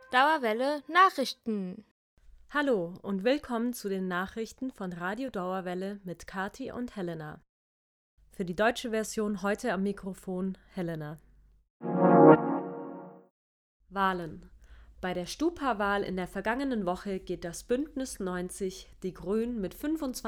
Dauerwelle Nachrichten. Hallo und willkommen zu den Nachrichten von Radio Dauerwelle mit Kathi und Helena. Für die deutsche Version heute am Mikrofon Helena. Wahlen. Bei der Stupa-Wahl in der vergangenen Woche geht das Bündnis 90 Die Grünen mit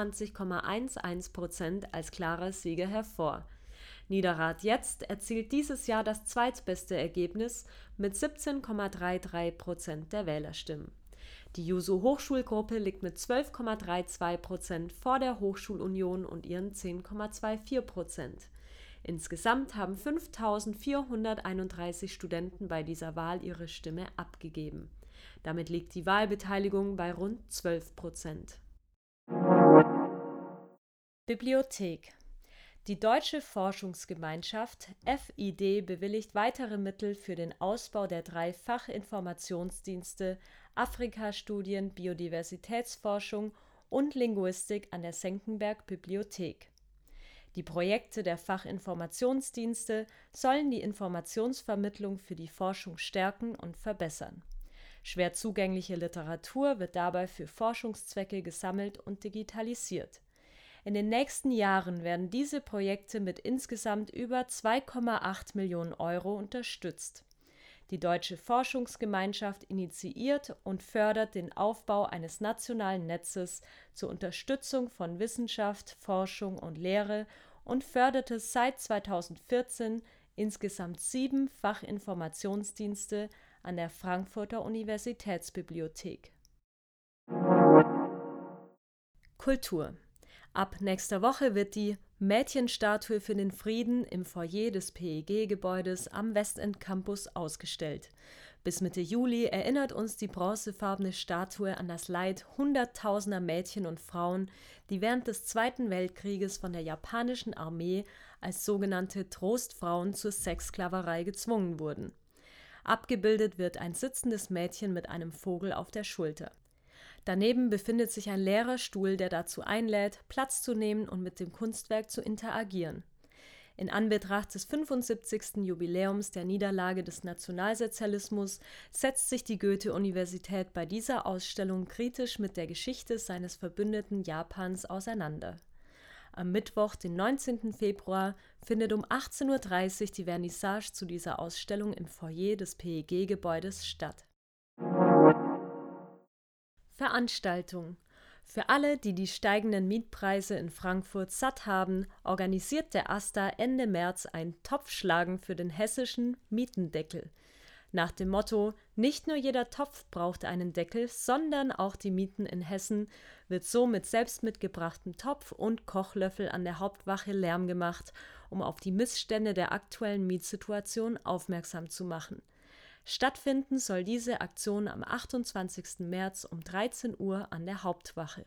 25,11% als klarer Sieger hervor. Niederrad Jetzt erzielt dieses Jahr das zweitbeste Ergebnis mit 17,33% der Wählerstimmen. Die Juso-Hochschulgruppe liegt mit 12,32% vor der Hochschulunion und ihren 10,24%. Insgesamt haben 5.431 Studenten bei dieser Wahl ihre Stimme abgegeben. Damit liegt die Wahlbeteiligung bei rund 12%. Bibliothek. Die Deutsche Forschungsgemeinschaft FID bewilligt weitere Mittel für den Ausbau der 3 Fachinformationsdienste Afrika-Studien, Biodiversitätsforschung und Linguistik an der Senckenberg Bibliothek. Die Projekte der Fachinformationsdienste sollen die Informationsvermittlung für die Forschung stärken und verbessern. Schwer zugängliche Literatur wird dabei für Forschungszwecke gesammelt und digitalisiert. In den nächsten Jahren werden diese Projekte mit insgesamt über 2,8 Millionen Euro unterstützt. Die Deutsche Forschungsgemeinschaft initiiert und fördert den Aufbau eines nationalen Netzes zur Unterstützung von Wissenschaft, Forschung und Lehre und förderte seit 2014 insgesamt 7 Fachinformationsdienste an der Frankfurter Universitätsbibliothek. Kultur. Ab nächster Woche wird die Mädchenstatue für den Frieden im Foyer des PEG-Gebäudes am Westend Campus ausgestellt. Bis Mitte Juli erinnert uns die bronzefarbene Statue an das Leid hunderttausender Mädchen und Frauen, die während des Zweiten Weltkrieges von der japanischen Armee als sogenannte Trostfrauen zur Sexsklaverei gezwungen wurden. Abgebildet wird ein sitzendes Mädchen mit einem Vogel auf der Schulter. Daneben befindet sich ein leerer Stuhl, der dazu einlädt, Platz zu nehmen und mit dem Kunstwerk zu interagieren. In Anbetracht des 75. Jubiläums der Niederlage des Nationalsozialismus setzt sich die Goethe-Universität bei dieser Ausstellung kritisch mit der Geschichte seines Verbündeten Japans auseinander. Am Mittwoch, den 19. Februar, findet um 18:30 Uhr die Vernissage zu dieser Ausstellung im Foyer des PEG-Gebäudes statt. Veranstaltung. Für alle, die die steigenden Mietpreise in Frankfurt satt haben, organisiert der AStA Ende März ein Topfschlagen für den hessischen Mietendeckel. Nach dem Motto „Nicht nur jeder Topf braucht einen Deckel, sondern auch die Mieten in Hessen“ wird so mit selbst mitgebrachtem Topf und Kochlöffel an der Hauptwache Lärm gemacht, um auf die Missstände der aktuellen Mietsituation aufmerksam zu machen. Stattfinden soll diese Aktion am 28. März um 13 Uhr an der Hauptwache.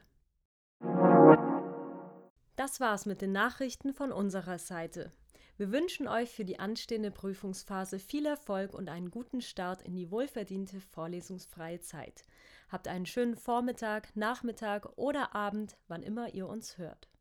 Das war's mit den Nachrichten von unserer Seite. Wir wünschen euch für die anstehende Prüfungsphase viel Erfolg und einen guten Start in die wohlverdiente vorlesungsfreie Zeit. Habt einen schönen Vormittag, Nachmittag oder Abend, wann immer ihr uns hört.